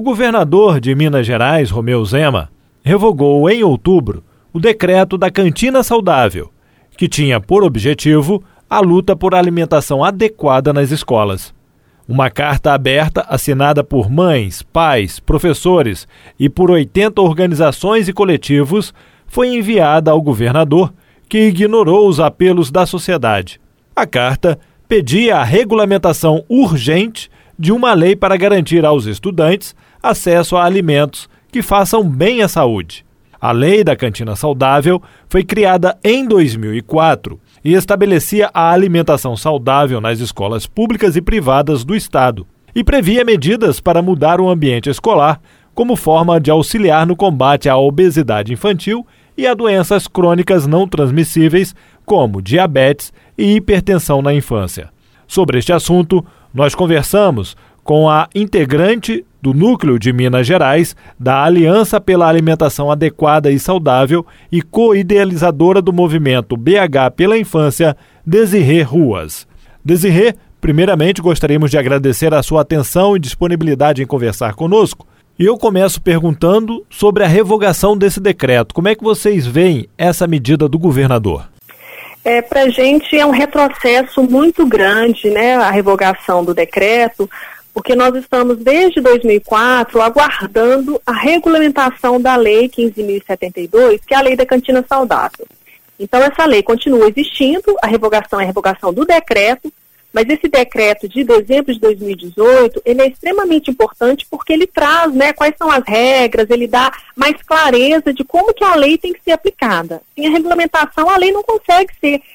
governador de Minas Gerais, Romeu Zema, revogou em outubro o decreto da Cantina Saudável, que tinha por objetivo a luta por alimentação adequada nas escolas. Uma carta aberta assinada por mães, pais, professores e por 80 organizações e coletivos foi enviada ao governador, que ignorou os apelos da sociedade. A carta pedia a regulamentação urgente de uma lei para garantir aos estudantes acesso a alimentos que façam bem à saúde. A Lei da Cantina Saudável foi criada em 2004 e estabelecia a alimentação saudável nas escolas públicas e privadas do Estado e previa medidas para mudar o ambiente escolar como forma de auxiliar no combate à obesidade infantil e a doenças crônicas não transmissíveis, como diabetes e hipertensão na infância. Sobre este assunto, nós conversamos com a integrante do Núcleo de Minas Gerais da Aliança pela Alimentação Adequada e Saudável e co-idealizadora do movimento BH pela Infância, Desirê Ruas. Desirê, primeiramente gostaríamos de agradecer a sua atenção e disponibilidade em conversar conosco. E eu começo perguntando sobre a revogação desse decreto. Como é que vocês veem essa medida do governador? Para a gente é um retrocesso muito grande, né, a revogação do decreto, porque nós estamos desde 2004 aguardando a regulamentação da Lei 15.072, que é a Lei da Cantina Saudável. Então essa lei continua existindo, a revogação é a revogação do decreto, mas esse decreto de dezembro de 2018, ele é extremamente importante porque ele traz, né, quais são as regras, ele dá mais clareza de como que a lei tem que ser aplicada. Sem a regulamentação, a lei não consegue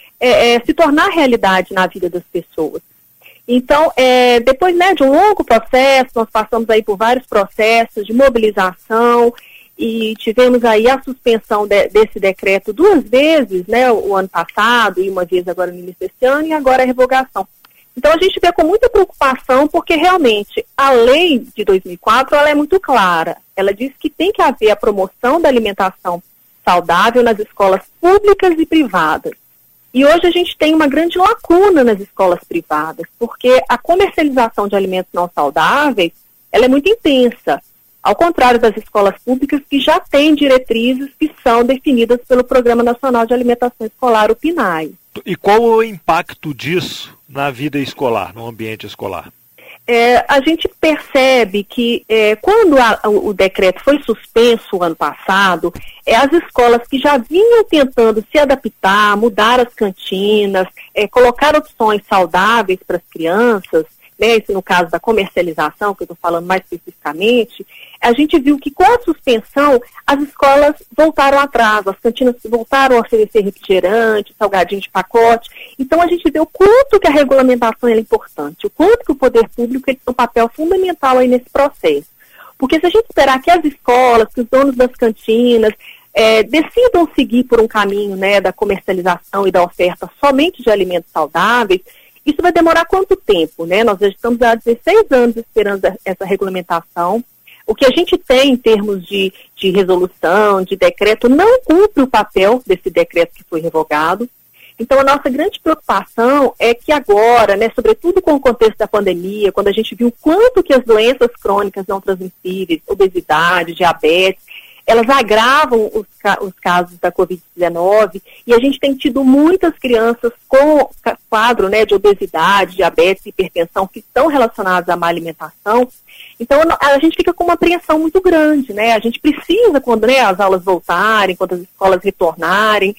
se tornar realidade na vida das pessoas. Então, depois, né, de um longo processo, nós passamos aí por vários processos de mobilização e tivemos aí a suspensão desse decreto 2 vezes, né, o ano passado e uma vez agora no início desse ano e agora a revogação. Então, a gente vê com muita preocupação porque realmente a lei de 2004 ela é muito clara. Ela diz que tem que haver a promoção da alimentação saudável nas escolas públicas e privadas. E hoje a gente tem uma grande lacuna nas escolas privadas, porque a comercialização de alimentos não saudáveis, ela é muito intensa, ao contrário das escolas públicas que já têm diretrizes que são definidas pelo Programa Nacional de Alimentação Escolar, o PNAE. E qual o impacto disso na vida escolar, no ambiente escolar? A gente percebe que quando o decreto foi suspenso ano passado, as escolas que já vinham tentando se adaptar, mudar as cantinas, colocar opções saudáveis para as crianças, né, isso no caso da comercialização, que eu estou falando mais especificamente, a gente viu que com a suspensão as escolas voltaram atrás, as cantinas voltaram a oferecer refrigerante, salgadinho de pacote. Então a gente vê o quanto que a regulamentação é importante, o quanto que o poder público tem um papel fundamental aí nesse processo. Porque se a gente esperar que as escolas, que os donos das cantinas decidam seguir por um caminho, né, da comercialização e da oferta somente de alimentos saudáveis, isso vai demorar quanto tempo, né? Nós já estamos há 16 anos esperando essa regulamentação. O que a gente tem em termos de resolução, de decreto, não cumpre o papel desse decreto que foi revogado. Então, a nossa grande preocupação é que agora, né, sobretudo com o contexto da pandemia, quando a gente viu quanto que as doenças crônicas não transmissíveis, obesidade, diabetes, elas agravam os casos da Covid-19 e a gente tem tido muitas crianças com quadro, né, de obesidade, diabetes e hipertensão que estão relacionadas à má alimentação. Então, a gente fica com uma apreensão muito grande, né? A gente precisa, quando, né, as aulas voltarem, quando as escolas retornarem,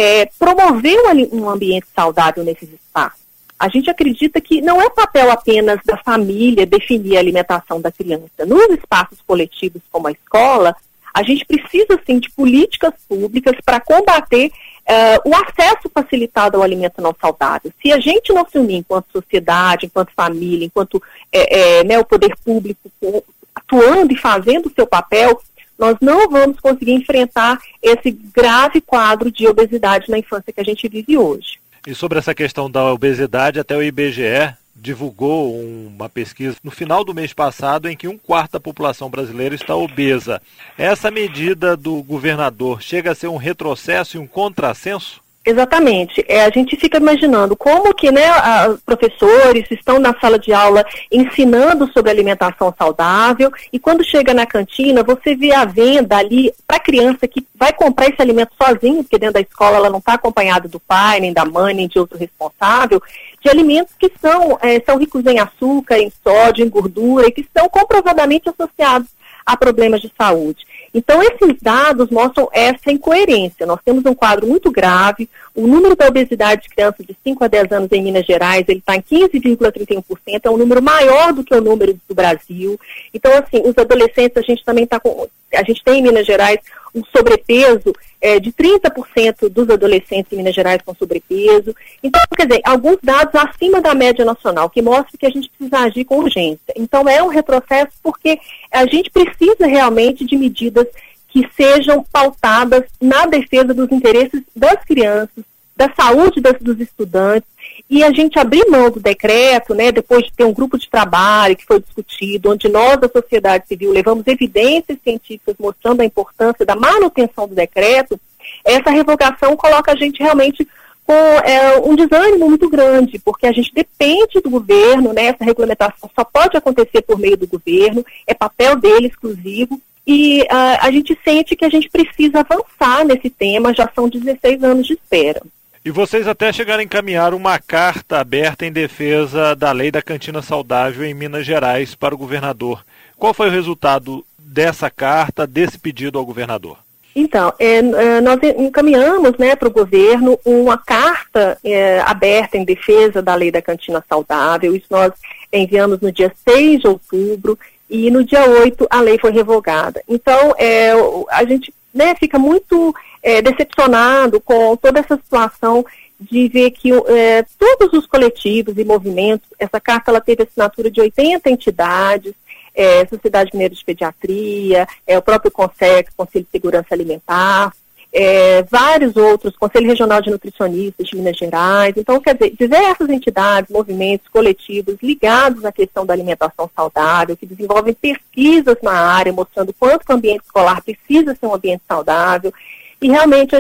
promover um ambiente saudável nesses espaços. A gente acredita que não é papel apenas da família definir a alimentação da criança. Nos espaços coletivos como a escola, a gente precisa, sim, de políticas públicas para combater o acesso facilitado ao alimento não saudável. Se a gente não se unir enquanto sociedade, enquanto família, enquanto né, o poder público atuando e fazendo o seu papel, nós não vamos conseguir enfrentar esse grave quadro de obesidade na infância que a gente vive hoje. E sobre essa questão da obesidade, até o IBGE divulgou uma pesquisa no final do mês passado em que 1/4 da população brasileira está obesa. Essa medida do governador chega a ser um retrocesso e um contrassenso? Exatamente. A gente fica imaginando como que, né, os professores estão na sala de aula ensinando sobre alimentação saudável e quando chega na cantina você vê a venda ali para a criança que vai comprar esse alimento sozinho, porque dentro da escola ela não está acompanhada do pai, nem da mãe, nem de outro responsável, de alimentos que são ricos em açúcar, em sódio, em gordura e que estão comprovadamente associados a problemas de saúde. Então, esses dados mostram essa incoerência. Nós temos um quadro muito grave. O número da obesidade de crianças de 5 a 10 anos em Minas Gerais, ele está em 15,31%, é um número maior do que o número do Brasil. Então, assim, os adolescentes, a gente tem em Minas Gerais um sobrepeso de 30% dos adolescentes em Minas Gerais com sobrepeso. Então, quer dizer, alguns dados acima da média nacional, que mostram que a gente precisa agir com urgência. Então, é um retrocesso porque a gente precisa realmente de medidas que sejam pautadas na defesa dos interesses das crianças, da saúde dos estudantes, e a gente abrir mão do decreto, né, depois de ter um grupo de trabalho que foi discutido, onde nós, da sociedade civil, levamos evidências científicas mostrando a importância da manutenção do decreto, essa revogação coloca a gente realmente com um desânimo muito grande, porque a gente depende do governo, né, essa regulamentação só pode acontecer por meio do governo, é papel dele exclusivo, e a gente sente que a gente precisa avançar nesse tema, já são 16 anos de espera. E vocês até chegaram a encaminhar uma carta aberta em defesa da lei da cantina saudável em Minas Gerais para o governador. Qual foi o resultado dessa carta, desse pedido ao governador? Então, nós encaminhamos, né, para o governo uma carta aberta em defesa da lei da cantina saudável. Isso nós enviamos no dia 6 de outubro e no dia 8 a lei foi revogada. Então, a gente, né, fica muito decepcionado com toda essa situação de ver que todos os coletivos e movimentos, essa carta ela teve assinatura de 80 entidades, Sociedade Mineira de Pediatria, o próprio CONSEC, Conselho de Segurança Alimentar, vários outros, Conselho Regional de Nutricionistas de Minas Gerais. Então, quer dizer, diversas entidades, movimentos, coletivos ligados à questão da alimentação saudável, que desenvolvem pesquisas na área, mostrando quanto que o ambiente escolar precisa ser um ambiente saudável. E realmente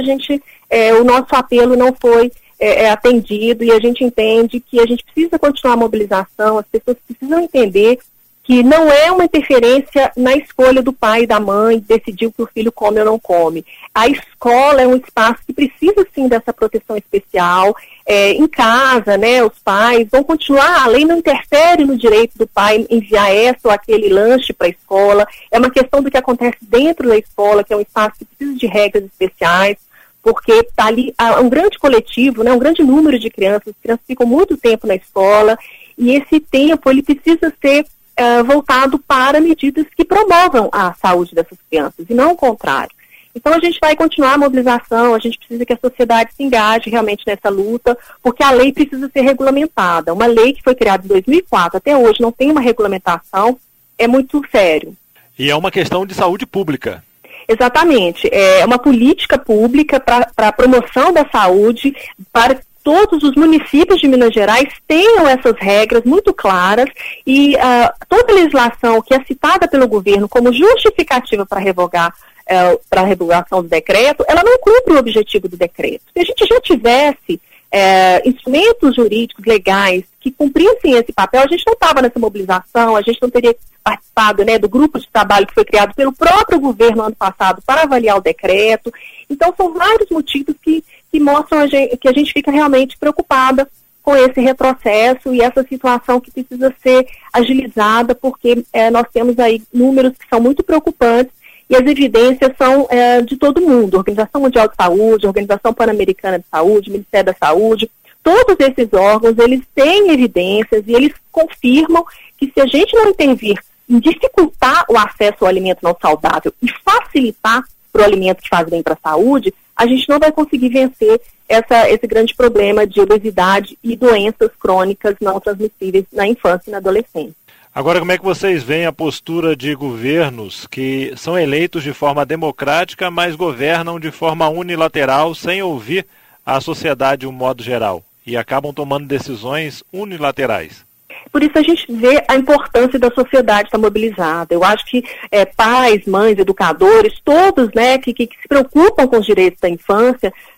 o nosso apelo não foi atendido e a gente entende que a gente precisa continuar a mobilização, as pessoas precisam entender que não é uma interferência na escolha do pai e da mãe decidir o que o filho come ou não come. A escola é um espaço que precisa, sim, dessa proteção especial. Em casa, né, os pais vão continuar, a lei não interfere no direito do pai enviar essa ou aquele lanche para a escola. É uma questão do que acontece dentro da escola, que é um espaço que precisa de regras especiais, porque está ali um grande coletivo, né, um grande número de crianças. As crianças ficam muito tempo na escola e esse tempo ele precisa ser voltado para medidas que promovam a saúde dessas crianças, e não o contrário. Então a gente vai continuar a mobilização, a gente precisa que a sociedade se engaje realmente nessa luta, porque a lei precisa ser regulamentada. Uma lei que foi criada em 2004, até hoje não tem uma regulamentação, é muito sério. E é uma questão de saúde pública. Exatamente, é uma política pública para a promoção da saúde, para todos os municípios de Minas Gerais tenham essas regras muito claras e toda a legislação que é citada pelo governo como justificativa para revogar, para a revogação do decreto, ela não cumpre o objetivo do decreto. Se a gente já tivesse instrumentos jurídicos legais que cumprissem esse papel, a gente não estava nessa mobilização, a gente não teria participado, né, do grupo de trabalho que foi criado pelo próprio governo ano passado para avaliar o decreto. Então são vários motivos que mostram que a gente fica realmente preocupada com esse retrocesso e essa situação que precisa ser agilizada, porque nós temos aí números que são muito preocupantes e as evidências são de todo mundo, Organização Mundial de Saúde, Organização Pan-Americana de Saúde, Ministério da Saúde, todos esses órgãos, eles têm evidências e eles confirmam que se a gente não intervir em dificultar o acesso ao alimento não saudável e facilitar para o alimento que faz bem para a saúde, a gente não vai conseguir vencer esse grande problema de obesidade e doenças crônicas não transmissíveis na infância e na adolescência. Agora, como é que vocês veem a postura de governos que são eleitos de forma democrática, mas governam de forma unilateral, sem ouvir a sociedade de um modo geral, e acabam tomando decisões unilaterais? Por isso a gente vê a importância da sociedade estar mobilizada. Eu acho que pais, mães, educadores, todos, né, que se preocupam com os direitos da infância,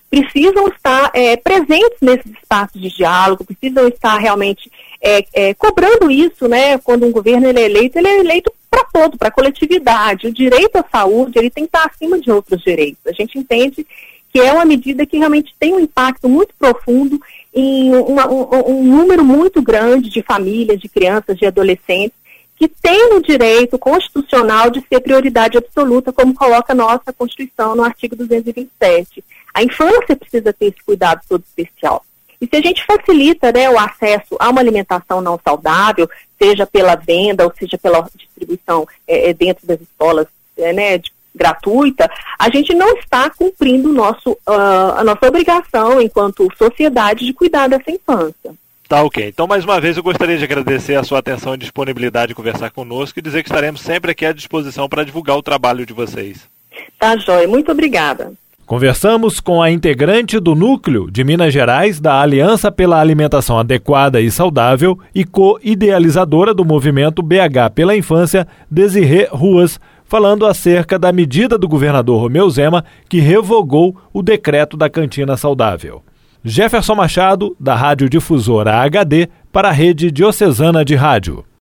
precisam estar presentes nesses espaços de diálogo, precisam estar realmente cobrando isso, né? Quando um governo ele é eleito para todo, para a coletividade. O direito à saúde ele tem que estar acima de outros direitos. A gente entende que é uma medida que realmente tem um impacto muito profundo em um número muito grande de famílias, de crianças, de adolescentes, que têm o direito constitucional de ser prioridade absoluta, como coloca a nossa Constituição no artigo 227. A infância precisa ter esse cuidado todo especial. E se a gente facilita, né, o acesso a uma alimentação não saudável, seja pela venda ou seja pela distribuição dentro das escolas gratuita, a gente não está cumprindo a nossa obrigação enquanto sociedade de cuidar dessa infância. Tá, ok. Então, mais uma vez, eu gostaria de agradecer a sua atenção e disponibilidade de conversar conosco e dizer que estaremos sempre aqui à disposição para divulgar o trabalho de vocês. Tá, joia. Muito obrigada. Conversamos com a integrante do Núcleo de Minas Gerais da Aliança pela Alimentação Adequada e Saudável e co-idealizadora do movimento BH pela Infância, Desirê Ruas, falando acerca da medida do governador Romeu Zema que revogou o decreto da cantina saudável. Jefferson Machado, da Rádio Difusora HD, para a Rede Diocesana de Rádio.